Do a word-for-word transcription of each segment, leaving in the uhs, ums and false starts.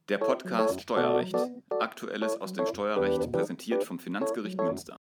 Der Podcast Steuerrecht. Aktuelles aus dem Steuerrecht präsentiert vom Finanzgericht Münster.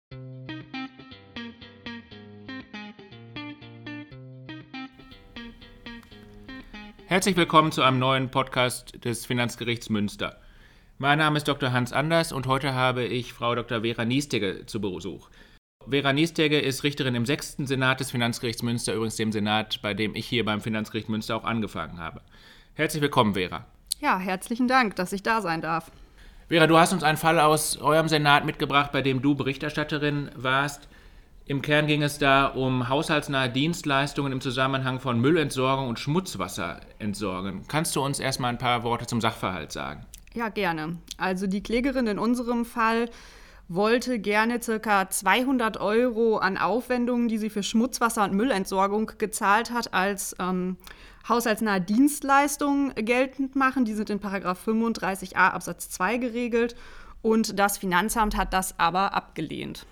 Herzlich willkommen zu einem neuen Podcast des Finanzgerichts Münster. Mein Name ist Doktor Hans Anders und heute habe ich Frau Doktor Vera Niestegge zu Besuch. Vera Niestegge ist Richterin im sechsten Senat des Finanzgerichts Münster, übrigens dem Senat, bei dem ich hier beim Finanzgericht Münster auch angefangen habe. Herzlich willkommen, Vera. Ja, herzlichen Dank, dass ich da sein darf. Vera, du hast uns einen Fall aus eurem Senat mitgebracht, bei dem du Berichterstatterin warst. Im Kern ging es da um haushaltsnahe Dienstleistungen im Zusammenhang von Müllentsorgung und Schmutzwasserentsorgung. Kannst du uns erstmal ein paar Worte zum Sachverhalt sagen? Ja, gerne. Also die Klägerin in unserem Fall wollte gerne ca. zweihundert Euro an Aufwendungen, die sie für Schmutzwasser- und Müllentsorgung gezahlt hat, als ähm, haushaltsnahe Dienstleistungen geltend machen. Die sind in Paragraph fünfunddreißig a Absatz zwei geregelt und das Finanzamt hat das aber abgelehnt.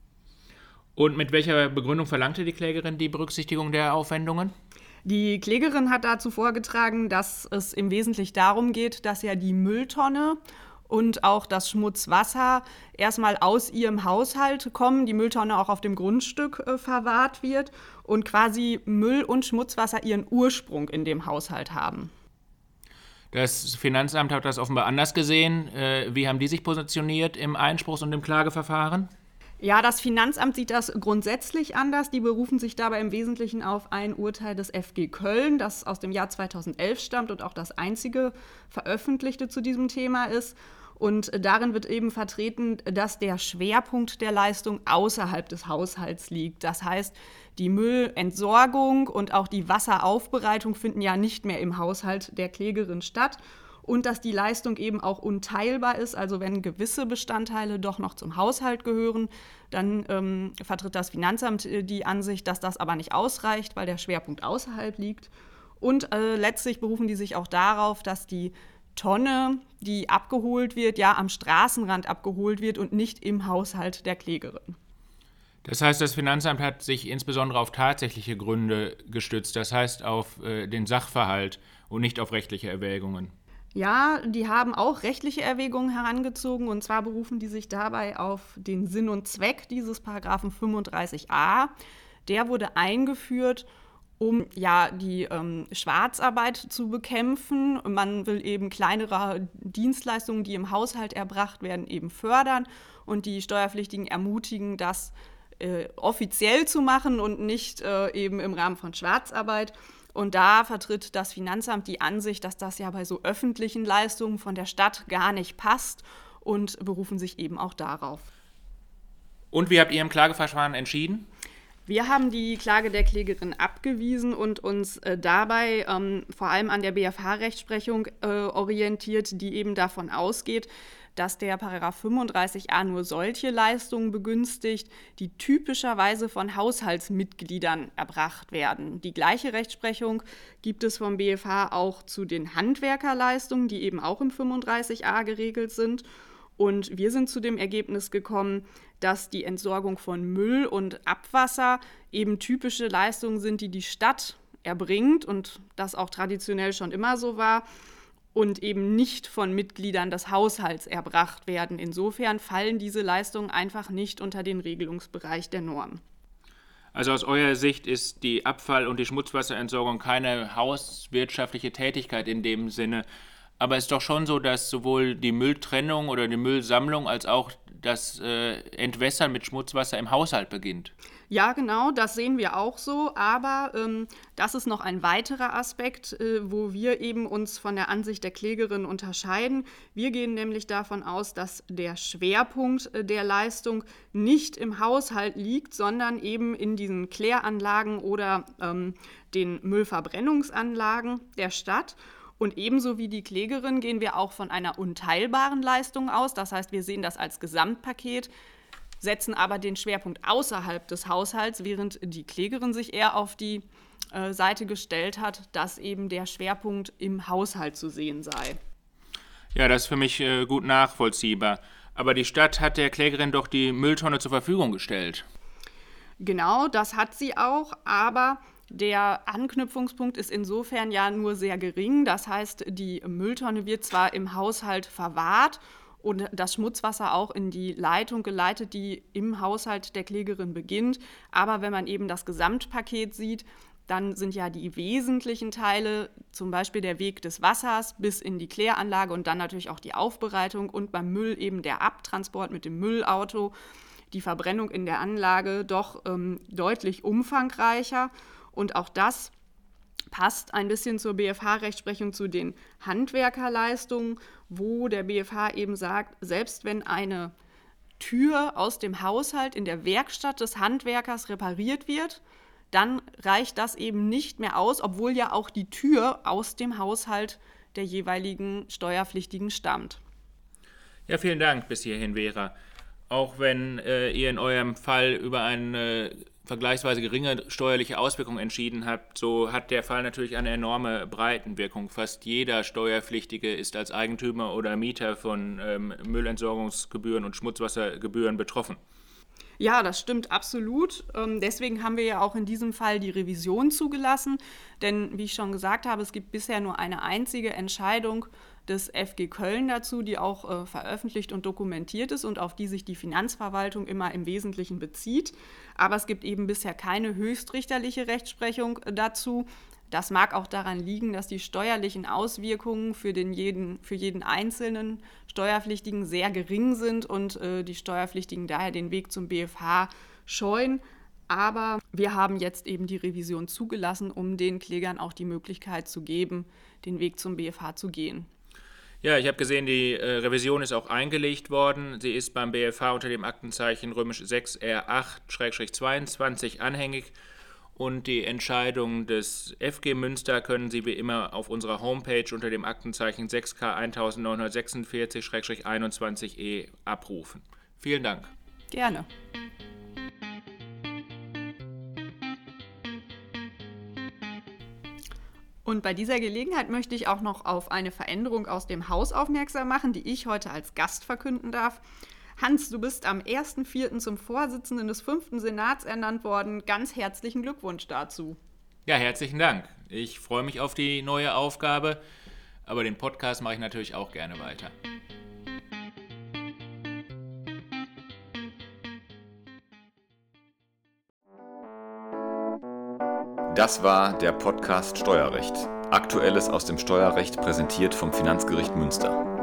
Und mit welcher Begründung verlangte die Klägerin die Berücksichtigung der Aufwendungen? Die Klägerin hat dazu vorgetragen, dass es im Wesentlichen darum geht, dass ja die Mülltonne und auch das Schmutzwasser erstmal aus ihrem Haushalt kommen, die Mülltonne auch auf dem Grundstück äh, verwahrt wird und quasi Müll und Schmutzwasser ihren Ursprung in dem Haushalt haben. Das Finanzamt hat das offenbar anders gesehen. Äh, wie haben die sich positioniert im Einspruchs- und im Klageverfahren? Ja, das Finanzamt sieht das grundsätzlich anders. Die berufen sich dabei im Wesentlichen auf ein Urteil des F G Köln, das aus dem Jahr zweitausendelf stammt und auch das einzige veröffentlichte zu diesem Thema ist. Und darin wird eben vertreten, dass der Schwerpunkt der Leistung außerhalb des Haushalts liegt. Das heißt, die Müllentsorgung und auch die Wasseraufbereitung finden ja nicht mehr im Haushalt der Klägerin statt. Und dass die Leistung eben auch unteilbar ist, also wenn gewisse Bestandteile doch noch zum Haushalt gehören, dann ähm, vertritt das Finanzamt die Ansicht, dass das aber nicht ausreicht, weil der Schwerpunkt außerhalb liegt. Und äh, letztlich berufen die sich auch darauf, dass die Tonne, die abgeholt wird, ja am Straßenrand abgeholt wird und nicht im Haushalt der Klägerin. Das heißt, das Finanzamt hat sich insbesondere auf tatsächliche Gründe gestützt, das heißt auf äh, den Sachverhalt und nicht auf rechtliche Erwägungen. Ja, die haben auch rechtliche Erwägungen herangezogen und zwar berufen die sich dabei auf den Sinn und Zweck dieses Paragraphen fünfunddreißig a. Der wurde eingeführt, um ja die ähm, Schwarzarbeit zu bekämpfen. Man will eben kleinere Dienstleistungen, die im Haushalt erbracht werden, eben fördern und die Steuerpflichtigen ermutigen, das äh, offiziell zu machen und nicht äh, eben im Rahmen von Schwarzarbeit. Und da vertritt das Finanzamt die Ansicht, dass das ja bei so öffentlichen Leistungen von der Stadt gar nicht passt und berufen sich eben auch darauf. Und wie habt ihr im Klageverfahren entschieden? Wir haben die Klage der Klägerin abgewiesen und uns äh, dabei ähm, vor allem an der B F H-Rechtsprechung äh, orientiert, die eben davon ausgeht, dass der Paragraph fünfunddreißig a nur solche Leistungen begünstigt, die typischerweise von Haushaltsmitgliedern erbracht werden. Die gleiche Rechtsprechung gibt es vom B F H auch zu den Handwerkerleistungen, die eben auch im fünfunddreißig a geregelt sind. Und wir sind zu dem Ergebnis gekommen, dass die Entsorgung von Müll und Abwasser eben typische Leistungen sind, die die Stadt erbringt und das auch traditionell schon immer so war und eben nicht von Mitgliedern des Haushalts erbracht werden. Insofern fallen diese Leistungen einfach nicht unter den Regelungsbereich der Norm. Also aus eurer Sicht ist die Abfall- und die Schmutzwasserentsorgung keine hauswirtschaftliche Tätigkeit in dem Sinne. Aber es ist doch schon so, dass sowohl die Mülltrennung oder die Müllsammlung als auch das äh, Entwässern mit Schmutzwasser im Haushalt beginnt. Ja, genau, das sehen wir auch so, aber ähm, das ist noch ein weiterer Aspekt, äh, wo wir eben uns von der Ansicht der Klägerin unterscheiden. Wir gehen nämlich davon aus, dass der Schwerpunkt äh, der Leistung nicht im Haushalt liegt, sondern eben in diesen Kläranlagen oder ähm, den Müllverbrennungsanlagen der Stadt. Und ebenso wie die Klägerin gehen wir auch von einer unteilbaren Leistung aus. Das heißt, wir sehen das als Gesamtpaket, setzen aber den Schwerpunkt außerhalb des Haushalts, während die Klägerin sich eher auf die äh, Seite gestellt hat, dass eben der Schwerpunkt im Haushalt zu sehen sei. Ja, das ist für mich äh, gut nachvollziehbar. Aber die Stadt hat der Klägerin doch die Mülltonne zur Verfügung gestellt. Genau, das hat sie auch, aber Der Anknüpfungspunkt ist insofern ja nur sehr gering. Das heißt, die Mülltonne wird zwar im Haushalt verwahrt und das Schmutzwasser auch in die Leitung geleitet, die im Haushalt der Klägerin beginnt. Aber wenn man eben das Gesamtpaket sieht, dann sind ja die wesentlichen Teile, zum Beispiel der Weg des Wassers bis in die Kläranlage und dann natürlich auch die Aufbereitung und beim Müll eben der Abtransport mit dem Müllauto, die Verbrennung in der Anlage doch ähm, deutlich umfangreicher. Und auch das passt ein bisschen zur B F H-Rechtsprechung zu den Handwerkerleistungen, wo der B F H eben sagt, selbst wenn eine Tür aus dem Haushalt in der Werkstatt des Handwerkers repariert wird, dann reicht das eben nicht mehr aus, obwohl ja auch die Tür aus dem Haushalt der jeweiligen Steuerpflichtigen stammt. Ja, vielen Dank bis hierhin, Vera. Auch wenn äh, ihr in eurem Fall über eine vergleichsweise geringe steuerliche Auswirkung entschieden habt, so hat der Fall natürlich eine enorme Breitenwirkung. Fast jeder Steuerpflichtige ist als Eigentümer oder Mieter von ähm, Müllentsorgungsgebühren und Schmutzwassergebühren betroffen. Ja, das stimmt absolut. Ähm, deswegen haben wir ja auch in diesem Fall die Revision zugelassen. Denn wie ich schon gesagt habe, es gibt bisher nur eine einzige Entscheidung des F G Köln dazu, die auch äh, veröffentlicht und dokumentiert ist und auf die sich die Finanzverwaltung immer im Wesentlichen bezieht. Aber es gibt eben bisher keine höchstrichterliche Rechtsprechung dazu. Das mag auch daran liegen, dass die steuerlichen Auswirkungen für, den jeden, für jeden einzelnen Steuerpflichtigen sehr gering sind und äh, die Steuerpflichtigen daher den Weg zum B F H scheuen. Aber wir haben jetzt eben die Revision zugelassen, um den Klägern auch die Möglichkeit zu geben, den Weg zum B F H zu gehen. Ja, ich habe gesehen, die äh, Revision ist auch eingelegt worden. Sie ist beim B F H unter dem Aktenzeichen römisch sechs R acht zweiundzwanzig anhängig. Und die Entscheidung des F G Münster können Sie wie immer auf unserer Homepage unter dem Aktenzeichen sechs K neunzehnhundertsechsundvierzig einundzwanzig E abrufen. Vielen Dank. Gerne. Und bei dieser Gelegenheit möchte ich auch noch auf eine Veränderung aus dem Haus aufmerksam machen, die ich heute als Gast verkünden darf. Hans, du bist am ersten vierten zum Vorsitzenden des fünften Senats ernannt worden. Ganz herzlichen Glückwunsch dazu. Ja, herzlichen Dank. Ich freue mich auf die neue Aufgabe, aber den Podcast mache ich natürlich auch gerne weiter. Das war der Podcast Steuerrecht. Aktuelles aus dem Steuerrecht präsentiert vom Finanzgericht Münster.